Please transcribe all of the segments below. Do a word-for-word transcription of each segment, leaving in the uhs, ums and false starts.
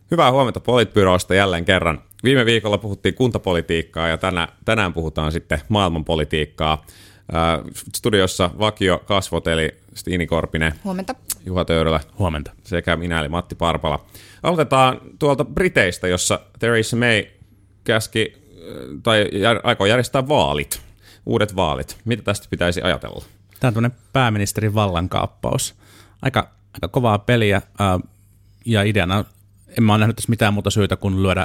Hyvää huomenta Politbyrosta jälleen kerran. Viime viikolla puhuttiin kuntapolitiikkaa ja tänä, tänään puhutaan sitten maailmanpolitiikkaa. Studiossa vakio kasvot eli Stiini Korpinen. Huomenta. Juha Töyrylä. Huomenta. Sekä minä eli Matti Parpala. Aloitetaan tuolta Briteistä, jossa Theresa May käski tai aikoo järjestää vaalit, uudet vaalit. Mitä tästä pitäisi ajatella? Tämä on tuonne pääministerin vallankaappaus. Aika, aika kovaa peliä ää, ja ideana en mä ole nähnyt tässä mitään muuta syytä kuin lyödä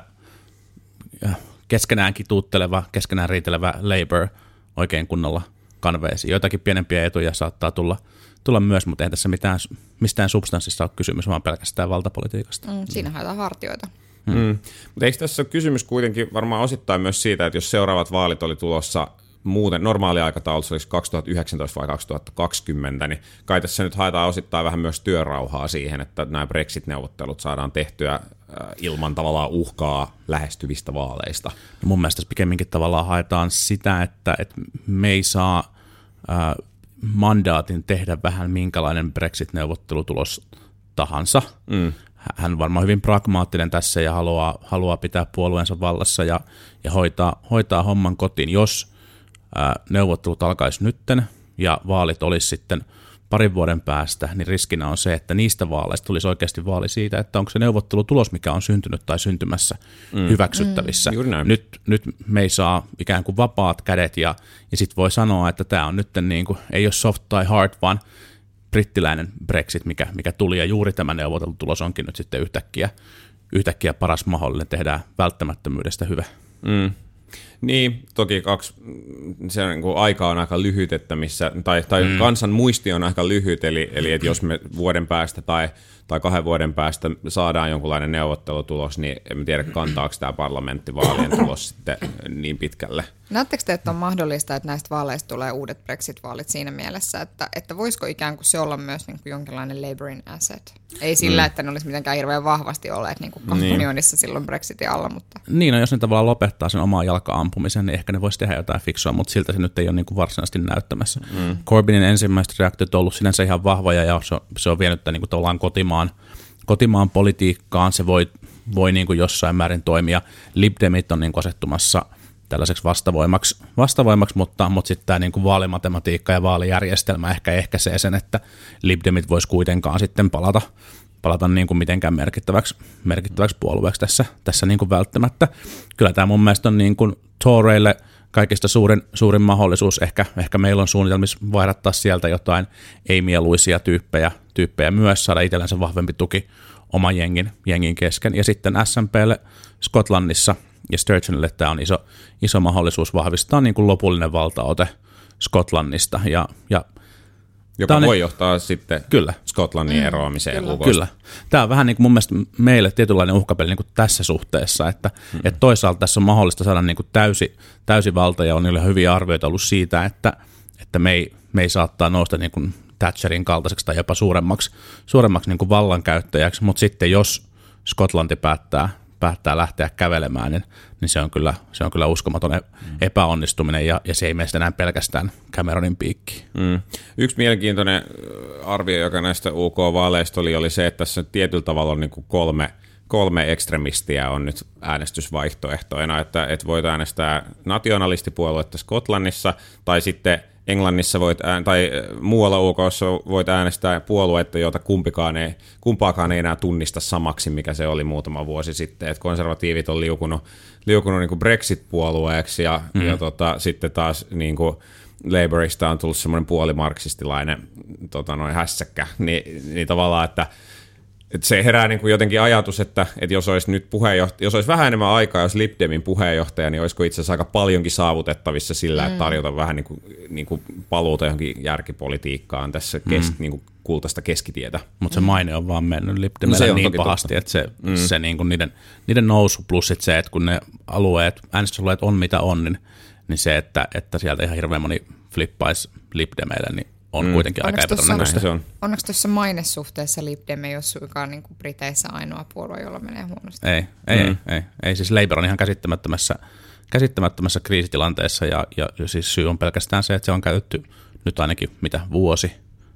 keskenään kituutteleva, keskenään riitelevä Labour oikein kunnolla kanveisiin. Joitakin pienempiä etuja saattaa tulla, tulla myös, mutta ei tässä mitään, mistään substanssista ole kysymys, vaan pelkästään valtapolitiikasta. Mm, siinä haetaan hartioita. Mm. Mm. Mutta eikö tässä ole kysymys kuitenkin varmaan osittain myös siitä, että jos seuraavat vaalit oli tulossa muuten normaaliaikataulussa olisi kaksituhattayhdeksäntoista vai kaksituhattakaksikymmentä, niin kai tässä nyt haetaan osittain vähän myös työrauhaa siihen, että nämä Brexit-neuvottelut saadaan tehtyä ilman tavallaan uhkaa lähestyvistä vaaleista. No mun mielestä pikemminkin tavallaan haetaan sitä, että, että me ei saa ää, mandaatin tehdä vähän minkälainen Brexit-neuvottelutulos tahansa. Mm. Hän on varmaan hyvin pragmaattinen tässä ja haluaa, haluaa pitää puolueensa vallassa ja, ja hoitaa, hoitaa homman kotiin. Jos ää, neuvottelut alkaisi nytten ja vaalit olisi sitten parin vuoden päästä, niin riskinä on se, että niistä vaaleista tulisi oikeasti vaali siitä, että onko se neuvottelutulos, mikä on syntynyt tai syntymässä, mm. hyväksyttävissä. Mm. Nyt, nyt me ei saa ikään kuin vapaat kädet ja, ja sitten voi sanoa, että tämä on nyt niin kuin, ei ole soft tai hard, vaan brittiläinen Brexit, mikä, mikä tuli, ja juuri tämä neuvottelutulos onkin nyt sitten yhtäkkiä, yhtäkkiä paras mahdollinen, tehdään välttämättömyydestä hyvä. Mm. Niin, toki kaksi, se on, niin kuin aika on aika lyhyt, että missä, tai, tai mm. kansan muisti on aika lyhyt, eli, eli että jos me vuoden päästä tai, tai kahden vuoden päästä saadaan jonkunlainen neuvottelutulos, niin en tiedä kantaako tämä parlamenttivaalien tulos sitten niin pitkälle. Näettekö te, että on mahdollista, että näistä vaaleista tulee uudet Brexit-vaalit siinä mielessä, että, että voisiko ikään kuin se olla myös niin kuin jonkinlainen Labourin asset? Ei sillä, mm. että ne olisi mitenkään hirveän vahvasti olleet niin kuin unionissa niin. silloin Brexitin alla. Mutta. Niin, no jos ne tavallaan lopettaa sen omaa jalka-ampumisen, niin ehkä ne voisi tehdä jotain fiksua, mutta siltä se nyt ei ole niin kuin varsinaisesti näyttämässä. Mm. Corbynin ensimmäiset reaktiot on ollut sinänsä ihan vahvoja ja se on, se on vienyt niin kuin tavallaan kotimaan, kotimaan politiikkaan. Se voi, voi niin kuin jossain määrin toimia. Lib Demit on niin kuin asettumassa tällaiseksi vastavoimaksi, vastavoimaksi mutta, mutta sitten tämä niin kuin vaalimatematiikka ja vaalijärjestelmä ehkä ehkäisee sen, että Lib Demit voisi kuitenkaan sitten palata, palata niin kuin mitenkään merkittäväksi, merkittäväksi puolueeksi tässä, tässä niin kuin välttämättä. Kyllä tämä mun mielestä on niin kuin Toreille kaikista suurin, suurin mahdollisuus. Ehkä, ehkä meillä on suunnitelmissa vaihdattaa sieltä jotain ei-mieluisia tyyppejä, tyyppejä myös, saada itsellensä vahvempi tuki oman jengin, jengin kesken. Ja sitten S N P:lle Skotlannissa ja Sturgeonille tämä on iso, iso mahdollisuus vahvistaa niin kuin lopullinen valtaote Skotlannista. Ja, ja Joka voi johtaa sitten kyllä. Skotlannin mm, eroamiseen. Kyllä. kyllä. Tämä on vähän niin kuin mun mielestä meille tietynlainen uhkapeli niin kuin tässä suhteessa, että, mm. että toisaalta tässä on mahdollista saada niin kuin täysi, täysi valta ja on niillä hyviä arvioita ollut siitä, että, että me, ei, me ei saattaa nousta niin kuin Thatcherin kaltaiseksi tai jopa suuremmaksi, suuremmaksi niin kuin vallankäyttäjäksi, mutta sitten jos Skotlanti päättää, päättää lähteä kävelemään, niin, niin se, on kyllä, se on kyllä uskomaton epäonnistuminen ja, ja se ei mene enää pelkästään Cameronin piikkiin. Mm. Yksi mielenkiintoinen arvio, joka näistä U K-vaaleista oli, oli se, että tässä tietyllä tavalla on niin kuin kolme, kolme ekstremistia on nyt äänestysvaihtoehtoina, että, että voit äänestää nationalistipuoluetta Skotlannissa tai sitten Englannissa voit ään, tai muualla U K:ssa voit äänestää puoluetta, jota kumpikaan ei, kumpaakaan ei enää tunnista samaksi, mikä se oli muutama vuosi sitten. Et konservatiivit on liukunut, liukunut niin kuin Brexit-puolueeksi ja, mm-hmm. ja tota, sitten taas niin kuin Labourista on tullut semmoinen puolimarksistilainen tota, noin hässäkkä. Ni, niin tavallaan, että että se herää niin kuin jotenkin ajatus, että, että jos olisi nyt puheenjohtaja, jos olisi vähän enemmän aikaa, jos Lib Demin puheenjohtaja, niin olisiko itse asiassa aika paljonkin saavutettavissa sillä, mm. että tarjota vähän niin kuin, niin kuin paluuta johonkin järkipolitiikkaan tässä kes, mm. niin kuin kultaista keskitietä. Mutta se maine on vaan mennyt Lib Demille no niin pahasti, totta. Että se, mm. se niin kuin niiden, niiden nousu plus sit se, että kun ne alueet, äänestysalueet on mitä on, niin, niin se, että, että sieltä ihan hirveän moni flippaisi Lib Demeille, niin on mm. kuitenkin aika epätodennäköistä. Se on. Onneksi tuossa mainesuhteessa Lib Dem ei ole suinkaan niin kuin Briteissä ainoa puolue, jolla menee huonosti. Ei, ei, mm. ei, ei, ei. Siis Labour on ihan käsittämättömässä, käsittämättömässä kriisitilanteessa ja, ja siis syy on pelkästään se, että se on käytetty nyt ainakin mitä vuosi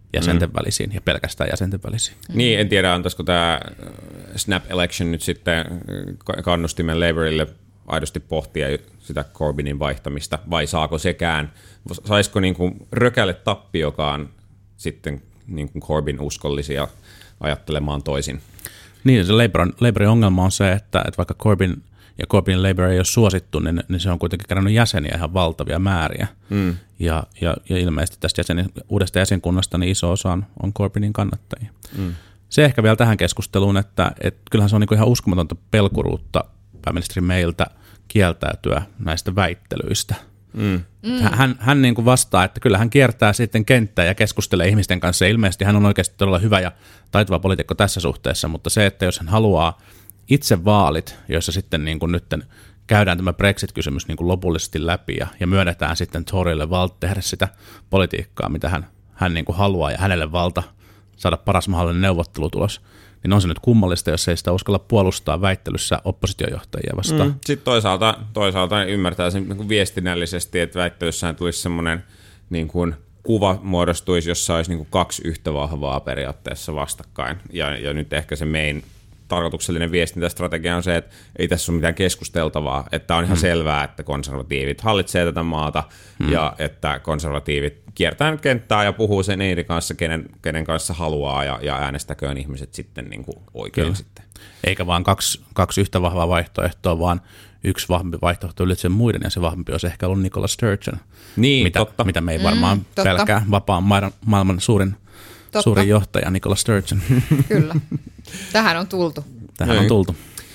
jäsenten mm. välisiin ja pelkästään jäsenten välisiin. Mm. Niin, en tiedä, antaisiko tämä snap election nyt sitten kannustimen Labourille aidosti pohtia sitä Corbynin vaihtamista, vai saako sekään, saisiko niin kuin rökälle tappiokaan sitten niin kuin Corbyn uskollisia ajattelemaan toisin? Niin, se Labourin, Labourin ongelma on se, että, että vaikka Corbyn ja Corbynin Labour ei ole suosittu, niin, niin se on kuitenkin kerännyt jäseniä ihan valtavia määriä. Mm. Ja, ja, ja ilmeisesti tästä jäsen, uudesta jäsenkunnasta niin iso osa on, on Corbynin kannattajia. Mm. Se ehkä vielä tähän keskusteluun, että, että kyllähän se on niin kuin ihan uskomatonta pelkuruutta pääministeri Mayltä kieltäytyä näistä väittelyistä. Mm. Hän, hän niin kuin vastaa, että kyllä hän kiertää sitten kenttää ja keskustelee ihmisten kanssa. Ja ilmeisesti hän on oikeasti todella hyvä ja taitava poliitikko tässä suhteessa, mutta se, että jos hän haluaa itse vaalit, joissa sitten niin kuin nyt käydään tämä Brexit-kysymys niin kuin lopullisesti läpi ja, ja myönnetään sitten Toryille valta tehdä sitä politiikkaa, mitä hän, hän niin kuin haluaa ja hänelle valta saada paras mahdollinen neuvottelutulos, niin on se nyt kummallista, jos ei sitä uskalla puolustaa väittelyssä oppositiojohtajia vastaan. Mm. Sitten toisaalta, toisaalta ymmärtää sen niin kuin viestinnällisesti, että väittelyssään tulisi semmoinen niin kuin kuva muodostuisi, jossa olisi niin kuin kaksi yhtä vahvaa periaatteessa vastakkain. Ja, ja nyt ehkä se main tarkoituksellinen viestintästrategia on se, että ei tässä ole mitään keskusteltavaa, että on ihan mm. selvää, että konservatiivit hallitsee tätä maata mm. ja että konservatiivit kiertää nyt kenttää ja puhuu sen niiden kanssa, kenen, kenen kanssa haluaa ja, ja äänestäköön ihmiset sitten niin kuin oikein Kyllä. sitten. Eikä vaan kaksi, kaksi yhtä vahvaa vaihtoehtoa, vaan yksi vahvempi vaihtoehto ylitse muiden ja se vahvempi olisi ehkä ollut Nicola Sturgeon, niin, mitä, totta. mitä me ei varmaan mm, pelkää vapaan maailman suurin Totta. Suurin johtaja Nicola Sturgeon. Kyllä. Tähän on tultu. Tähän Noin. on tultu.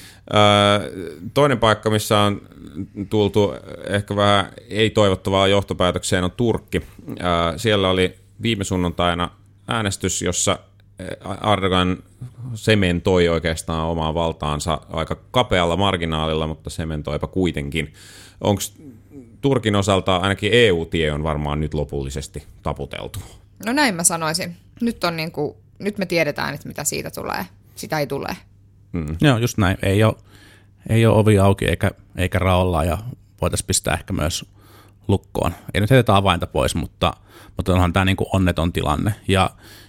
Toinen paikka, missä on tultu ehkä vähän ei-toivottavaa johtopäätökseen, on Turkki. Siellä oli viime sunnuntaina äänestys, jossa Erdogan sementoi oikeastaan omaa valtaansa aika kapealla marginaalilla, mutta sementoipa kuitenkin. Onko Turkin osalta ainakin E U-tie on varmaan nyt lopullisesti taputeltu? No näin mä sanoisin. Nyt, on niin kuin, nyt me tiedetään, että mitä siitä tulee. Sitä ei tule. Mm. Joo, just näin. Ei ole, ei ole ovi auki eikä, eikä raolla ja voitaisiin pistää ehkä myös lukkoon. Ei nyt heitetä avainta pois, mutta, mutta onhan tämä niin kuin onneton tilanne. Ja,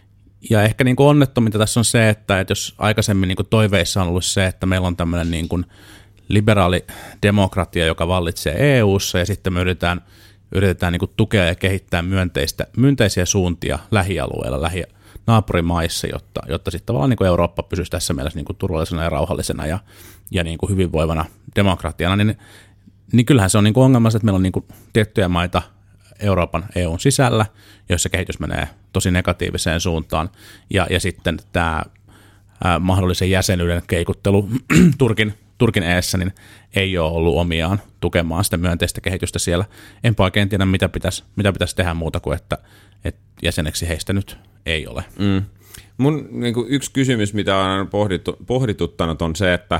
ja ehkä niin kuin onnettominta tässä on se, että, että jos aikaisemmin niin kuin toiveissa on ollut se, että meillä on tämmöinen niin kuin liberaali demokratia, joka vallitsee E U:ssa ja sitten me yritetään yritetään niin kuin tukea ja kehittää myönteistä, myönteisiä suuntia lähialueilla, lähi, naapurimaissa, jotta, jotta sitten tavallaan niin kuin Eurooppa pysyisi tässä mielessä niin kuin turvallisena ja rauhallisena ja, ja niin kuin hyvinvoivana demokratiana, niin, niin kyllähän se on niin kuin ongelmassa, että meillä on niin kuin tiettyjä maita Euroopan E U:n sisällä, joissa kehitys menee tosi negatiiviseen suuntaan, ja, ja sitten tämä ää, mahdollisen jäsenyyden keikuttelu Turkin Turkin eessä, niin ei ole ollut omiaan tukemaan sitä myönteistä kehitystä siellä. Enpä oikein tiedä, mitä pitäisi, mitä pitäisi tehdä muuta kuin, että, että jäseneksi heistä nyt ei ole. Mm. Mun niin kuin yksi kysymys, mitä on pohdittu, pohdituttanut, on se, että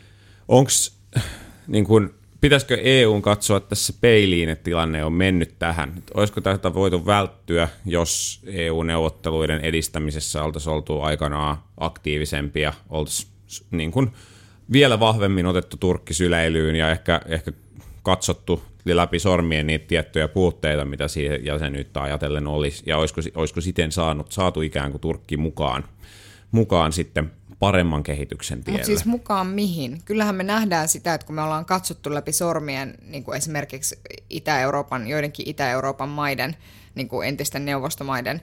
onks, niin kuin, pitäisikö E U:n katsoa tässä peiliin, että tilanne on mennyt tähän? Olisiko tätä voitu välttyä, jos E U-neuvotteluiden edistämisessä oltaisiin oltu aikanaan aktiivisempia, oltaisiin niin kuin vielä vahvemmin otettu Turkki syleilyyn ja ehkä, ehkä katsottu läpi sormien niitä tiettyjä puutteita, mitä siihen jäsenyyttä ajatellen olisi, ja olisiko, olisiko siten saanut, saatu ikään kuin Turkki mukaan, mukaan sitten paremman kehityksen tielle. Mutta siis mukaan mihin? Kyllähän me nähdään sitä, että kun me ollaan katsottu läpi sormien niin kuin esimerkiksi Itä-Euroopan, joidenkin Itä-Euroopan maiden, niin kuin entisten neuvostomaiden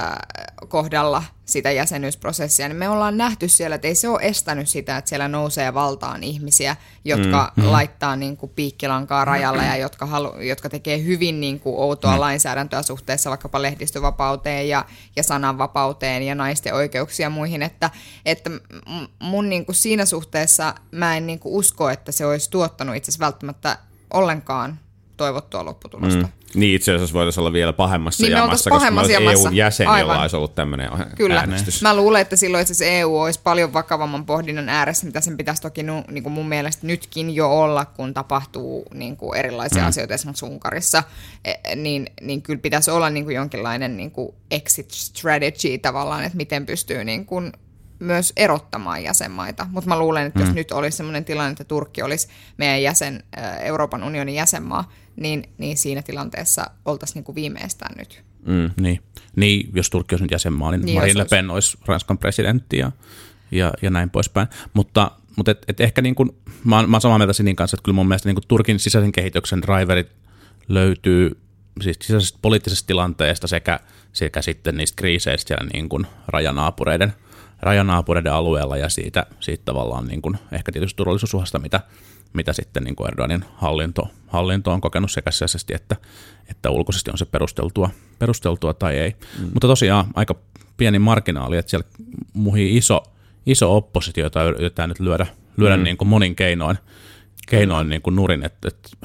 kohdalla sitä jäsenyysprosessia, niin me ollaan nähty siellä, että ei se ole estänyt sitä, että siellä nousee valtaan ihmisiä, jotka mm, mm. laittaa niin kuin piikkilankaa rajalla ja jotka, halu, jotka tekee hyvin niin kuin outoa mm. lainsäädäntöä suhteessa vaikkapa lehdistövapauteen ja, ja sananvapauteen ja naisten oikeuksia ja muihin, että, että mun niin kuin siinä suhteessa mä en niin kuin usko, että se olisi tuottanut itse asiassa välttämättä ollenkaan toivottua lopputulosta. Mm. Niin, itse asiassa voitaisiin olla vielä pahemmassa niin jamassa, koska me E U:n jäsen, jolla olisi ollut tämmöinen Kyllä. äänestys. Mä luulen, että silloin itse asiassa E U olisi paljon vakavamman pohdinnan ääressä, mitä sen pitäisi toki niin kuin mun mielestä nytkin jo olla, kun tapahtuu niin kuin erilaisia mm. asioita esimerkiksi Unkarissa, niin, niin kyllä pitäisi olla niin kuin jonkinlainen niin kuin exit strategy tavallaan, että miten pystyy niin kuin myös erottamaan jäsenmaita. Mutta mä luulen, että mm. jos nyt olisi sellainen tilanne, että Turkki olisi meidän jäsen, Euroopan unionin jäsenmaa, niin, niin siinä tilanteessa oltaisiin niin kuin viimeistään nyt. Mm. Niin. niin, jos Turkki olisi nyt jäsenmaa, niin, niin Marine Le Pen olisi Ranskan presidentti ja, ja, ja näin poispäin. Mutta, mutta et, et ehkä niin kuin, mä, oon, mä oon samaa mieltä Sinin kanssa, että kyllä mun mielestä niin kuin Turkin sisäisen kehityksen driverit löytyy siis sisäisestä poliittisesta tilanteesta sekä, sekä sitten niistä kriiseistä siellä niin kuin rajanaapureiden, rajanaapureiden alueella ja siitä, siitä tavallaan niin kuin ehkä tietysti turvallisuusuhasta, mitä, mitä sitten niin kuin Erdoganin hallinto, hallinto on kokenut sekä sisäisesti että, että ulkoisesti on se perusteltua, perusteltua tai ei. Mm. Mutta tosiaan aika pieni marginaali, että siellä muhii iso, iso oppositio, jota yritetään nyt lyödä, lyödä mm. niin kuin monin keinoin, keinoin niin kuin nurin, että, että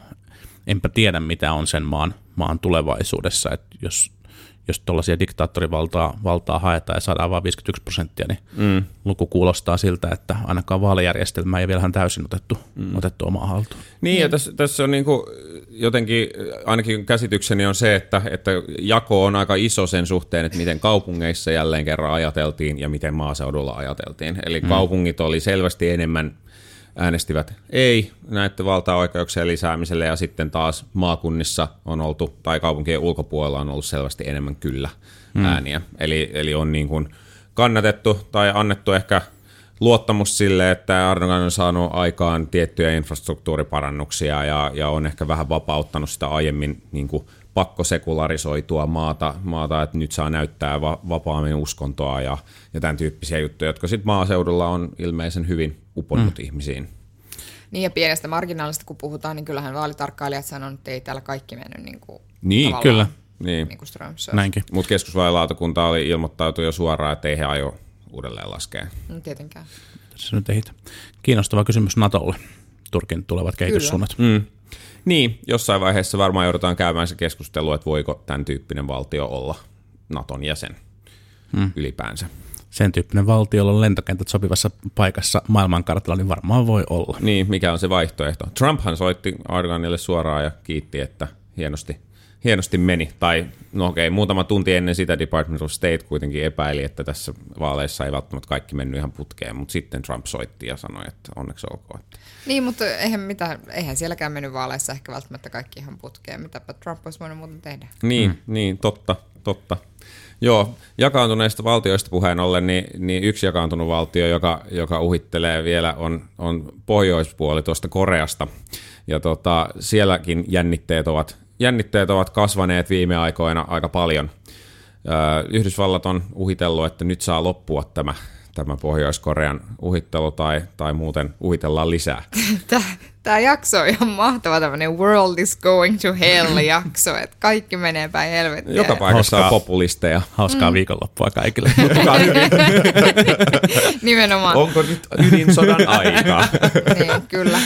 enpä tiedä, mitä on sen maan, maan tulevaisuudessa, että jos, jos tuollaisia diktaattorivaltaa valtaa haetaan ja saadaan vain viisikymmentäyksi prosenttia, niin mm. luku kuulostaa siltä, että ainakaan vaalijärjestelmää ei vielähän täysin otettu, mm. otettu omaa haltuun. Niin, ja tässä, tässä on niin kuin jotenkin, ainakin käsitykseni on se, että, että jako on aika iso sen suhteen, että miten kaupungeissa jälleen kerran ajateltiin ja miten maaseudulla ajateltiin. Eli mm. kaupungit oli selvästi enemmän äänestivät ei näiden valtaoikeuksien lisäämiselle ja sitten taas maakunnissa on oltu, tai kaupunkien ulkopuolella on ollut selvästi enemmän kyllä ääniä. Mm. Eli, eli on niin kuin kannatettu tai annettu ehkä luottamus sille, että Erdogan on saanut aikaan tiettyjä infrastruktuuriparannuksia ja, ja on ehkä vähän vapauttanut sitä aiemmin niin kuin pakkosekularisoitua maata, maata, että nyt saa näyttää va- vapaammin uskontoa ja, ja tämän tyyppisiä juttuja, jotka sitten maaseudulla on ilmeisen hyvin uponnut mm. ihmisiin. Niin ja pienestä marginaalista kun puhutaan, niin kyllähän vaalitarkkailijat sanoo, että ei täällä kaikki mennyt niin kuin niin, kyllä. Niin. Niin kuin Strömsössä. Näinkin. Mutta keskusvaalilautakunta oli ilmoittautu jo suoraan, että ei he aio uudelleen laskea. No tietenkään. Se nyt ei. Kiinnostava kysymys NATOlle, Turkin tulevat kehityssuunnat. Mm. Niin, jossain vaiheessa varmaan joudutaan käymään se keskustelu, että voiko tämän tyyppinen valtio olla Naton jäsen hmm. ylipäänsä. Sen tyyppinen valtio, jolla on lentokentät sopivassa paikassa maailmankartalla, niin varmaan voi olla. Niin, mikä on se vaihtoehto? Trumphan soitti Erdoganille suoraan ja kiitti, että hienosti, hienosti meni. Tai no okei, muutama tunti ennen sitä Department of State kuitenkin epäili, että tässä vaaleissa ei välttämättä kaikki mennyt ihan putkeen, mutta sitten Trump soitti ja sanoi, että onneksi olkoon. Niin, mutta eihän, mitään, eihän sielläkään mennyt vaaleissa ehkä välttämättä kaikki ihan putkeen. Mitäpä Trump olisi voinut muuten tehdä? Niin, mm. niin totta, totta. Joo, jakaantuneista valtioista puheen ollen, niin, niin yksi jakaantunut valtio, joka, joka uhittelee vielä, on, on pohjoispuoli tuosta Koreasta. Ja tota, sielläkin jännitteet ovat, jännitteet ovat kasvaneet viime aikoina aika paljon. Yhdysvallat on uhitellut, että nyt saa loppua tämä, tämä Pohjois-Korean uhittelu tai, tai muuten uhitellaan lisää. Tämä jakso on ihan mahtava, tämmöinen world is going to hell -jakso, että kaikki menee päin helvettiin. Joka paikassa hauskaa, on populisteja. Hauskaa mm. viikonloppua kaikille. Nimenomaan. Onko nyt ydinsodan aika? Niin, kyllä.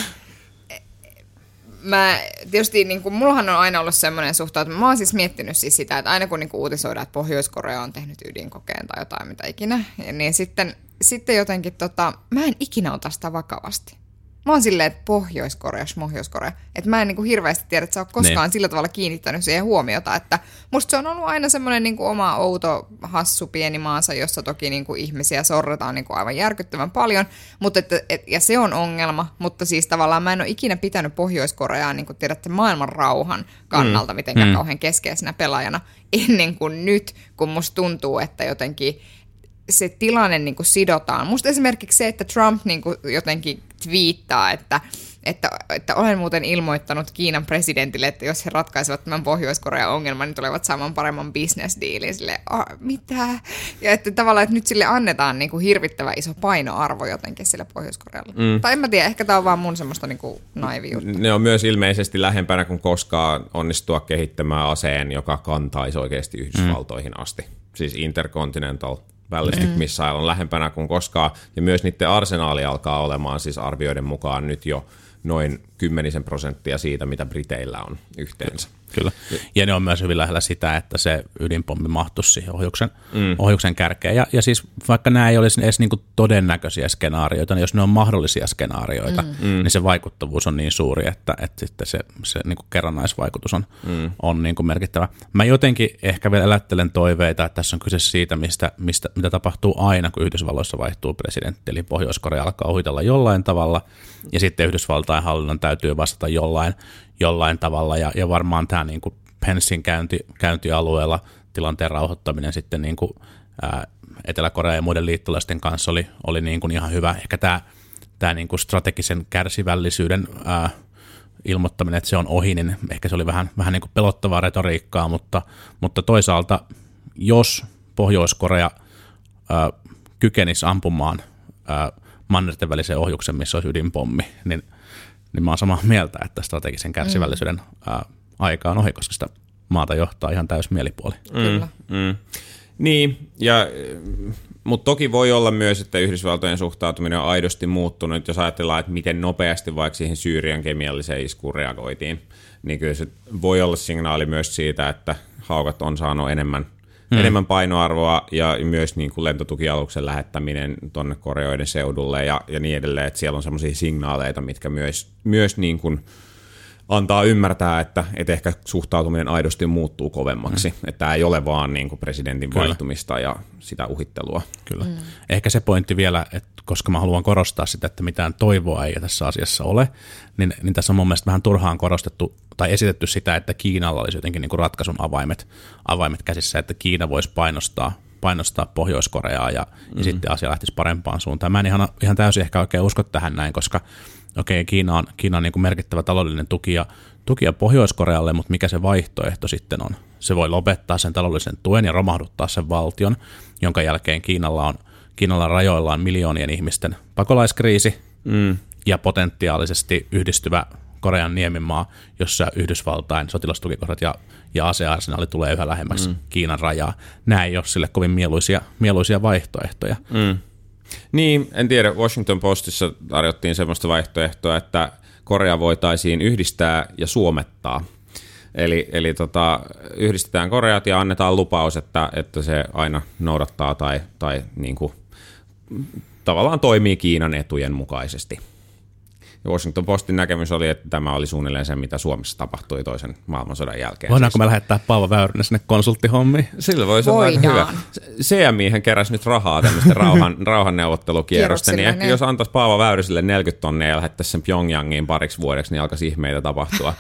Mä, tietysti niin kuin, mullahan on aina ollut semmoinen suhtautuminen, mä oon siis miettinyt siis sitä, että aina kun niin kuin uutisoidaan, että Pohjois-Korea on tehnyt ydinkokeen tai jotain mitä ikinä, niin sitten, sitten jotenkin tota, mä en ikinä ota sitä vakavasti. Mä oon silleen, että Pohjois-Korea, Pohjois-Korea, että mä en niin kuin hirveästi tiedä, että sä oot koskaan ne. sillä tavalla kiinnittänyt siihen huomiota, että musta se on ollut aina semmoinen niin kuin oma outo, hassu pieni maansa, jossa toki niin kuin ihmisiä sorretaan niin kuin aivan järkyttävän paljon, mutta että, et, ja se on ongelma, mutta siis tavallaan mä en ole ikinä pitänyt Pohjois-Koreaa niin kuin tiedätte maailman rauhan kannalta mm. mitenkään mm. kauhean keskeisenä pelaajana ennen kuin nyt, kun musta tuntuu, että jotenkin se tilanne niin kuin sidotaan. Musta esimerkiksi se, että Trump niin kuin jotenkin twiittaa, että, että, että olen muuten ilmoittanut Kiinan presidentille, että jos he ratkaisevat tämän Pohjois-Korean ongelman, niin tulevat saamaan paremman business-diilin. Silleen, oh, mitä? Ja että tavallaan, että nyt sille annetaan niin kuin hirvittävä iso painoarvo jotenkin sille Pohjois-Korealle. Mm. Tai en mä tiedä, ehkä tämä on vaan mun semmoista niin kuin naiviutta. Ne on myös ilmeisesti lähempänä kuin koskaan onnistua kehittämään aseen, joka kantaisi oikeasti Yhdysvaltoihin mm. asti. Siis Intercontinental Ballistic mm. Missile on lähempänä kuin koskaan, ja myös niiden arsenaali alkaa olemaan siis arvioiden mukaan nyt jo noin kymmenisen prosenttia siitä, mitä Briteillä on yhteensä. Kyllä, ja ne on myös hyvin lähellä sitä, että se ydinpommi mahtuisi siihen ohjuksen, mm. ohjuksen kärkeen. Ja, ja siis vaikka nämä ei olisi edes niinku todennäköisiä skenaarioita, niin jos ne on mahdollisia skenaarioita, mm. niin se vaikuttavuus on niin suuri, että, että sitten se, se niinku kerrannaisvaikutus on, mm. on niinku merkittävä. Mä jotenkin ehkä vielä elättelen toiveita, että tässä on kyse siitä, mistä, mistä, mitä tapahtuu aina, kun Yhdysvalloissa vaihtuu presidentti, eli Pohjois-Korea alkaa ohitella jollain tavalla, ja sitten Yhdysvaltain hallinnon täytyy vastata jollain, jollain tavalla, ja, ja varmaan tämä, niin kuin, Pencein käynti, käyntialueella, tilanteen rauhoittaminen sitten niin kuin, ää, Etelä-Korea ja muiden liittolaisten kanssa oli, oli niin kuin ihan hyvä. Ehkä tämä, tämä niin kuin strategisen kärsivällisyyden ää, ilmoittaminen, että se on ohi, niin ehkä se oli vähän, vähän niin kuin pelottavaa retoriikkaa, mutta, mutta toisaalta jos Pohjois-Korea ää, kykenisi ampumaan ää, mannerten välisen ohjuksen, missä olisi ydinpommi, niin, niin mä oon samaa mieltä, että strategisen kärsivällisyyden ää, aika on ohi, koska sitä maata johtaa ihan täys mielipuoli. Kyllä. Mm, mm. Niin, ja, mutta toki voi olla myös, että Yhdysvaltojen suhtautuminen on aidosti muuttunut, jos ajatellaan, että miten nopeasti vaikka siihen Syyrian kemialliseen iskuun reagoitiin, niin kyllä se voi olla signaali myös siitä, että haukat on saanut enemmän, hmm. enemmän painoarvoa ja myös niin kuin lentotukialuksen lähettäminen tuonne Koreoiden seudulle ja, ja niin edelleen, että siellä on sellaisia signaaleita, mitkä myös, myös niin kuin antaa ymmärtää, että, että ehkä suhtautuminen aidosti muuttuu kovemmaksi. Mm. Että tämä ei ole vaan niin kuin presidentin Kyllä. vaihtumista ja sitä uhittelua. Kyllä. Mm. Ehkä se pointti vielä, että koska mä haluan korostaa sitä, että mitään toivoa ei tässä asiassa ole, niin, niin tässä on mun mielestä vähän turhaan korostettu tai esitetty sitä, että Kiinalla olisi jotenkin niin kuin ratkaisun avaimet, avaimet käsissä, että Kiina voisi painostaa, painostaa Pohjois-Koreaa ja, mm. ja sitten asia lähtisi parempaan suuntaan. Mä en ihan, ihan täysin ehkä oikein usko tähän näin, koska okei, Kiina on, Kiina on niin kuin merkittävä taloudellinen tuki ja, tuki ja Pohjois-Korealle, mutta mikä se vaihtoehto sitten on? Se voi lopettaa sen taloudellisen tuen ja romahduttaa sen valtion, jonka jälkeen Kiinalla on, Kiinalla rajoillaan miljoonien ihmisten pakolaiskriisi mm. ja potentiaalisesti yhdistyvä Korean niemimaa, jossa Yhdysvaltain sotilastukikohdat ja, ja asearsenaali tulee yhä lähemmäksi mm. Kiinan rajaa. Nämä ei ole sille kovin mieluisia, mieluisia vaihtoehtoja. Mm. Niin, en tiedä. Washington Postissa tarjottiin sellaista vaihtoehtoa, että Korea voitaisiin yhdistää ja suomettaa. Eli, eli tota, yhdistetään Koreat ja annetaan lupaus, että, että se aina noudattaa tai, tai niin kuin, tavallaan toimii Kiinan etujen mukaisesti. Ja Washington Postin näkemys oli, että tämä oli suunnilleen se, mitä Suomessa tapahtui toisen maailmansodan jälkeen. Voidaanko siis me lähettää Paavo Väyrynen sinne konsulttihommiin? Sillä voisi olla aika hyvä. C M I:hän keräsi nyt rahaa tämmöistä rauhan, rauhanneuvottelukierrosta, niin ehkä ne. Jos antaisi Paavo Väyryselle neljäkymmentä tonnia ja lähettäisi sen Pyongyangiin pariksi vuodeksi, niin alkaisi ihmeitä tapahtua.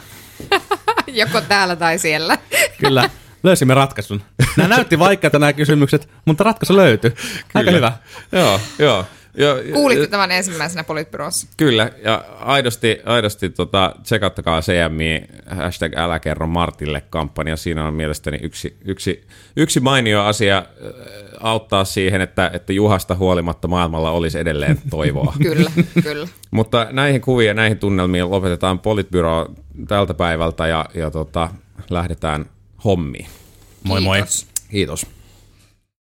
Joko täällä tai siellä. Kyllä, löysimme ratkaisun. Nämä näytti vaikeita nämä kysymykset, mutta ratkaisu löytyi. Aika hyvä. Joo, joo. Jo, Kuulitte tämän ensimmäisenä Politbyrossa. Kyllä, ja aidosti, aidosti tota, tsekattakaa C M I, hashtag älä kerro Martille -kampanja. Siinä on mielestäni yksi, yksi, yksi mainio asia auttaa siihen, että, että Juhasta huolimatta maailmalla olisi edelleen toivoa. Kyllä, kyllä. Mutta näihin kuviin ja näihin tunnelmiin lopetetaan Politbyro tältä päivältä ja, ja tota, lähdetään hommiin. Moi moi. Kiitos. Kiitos.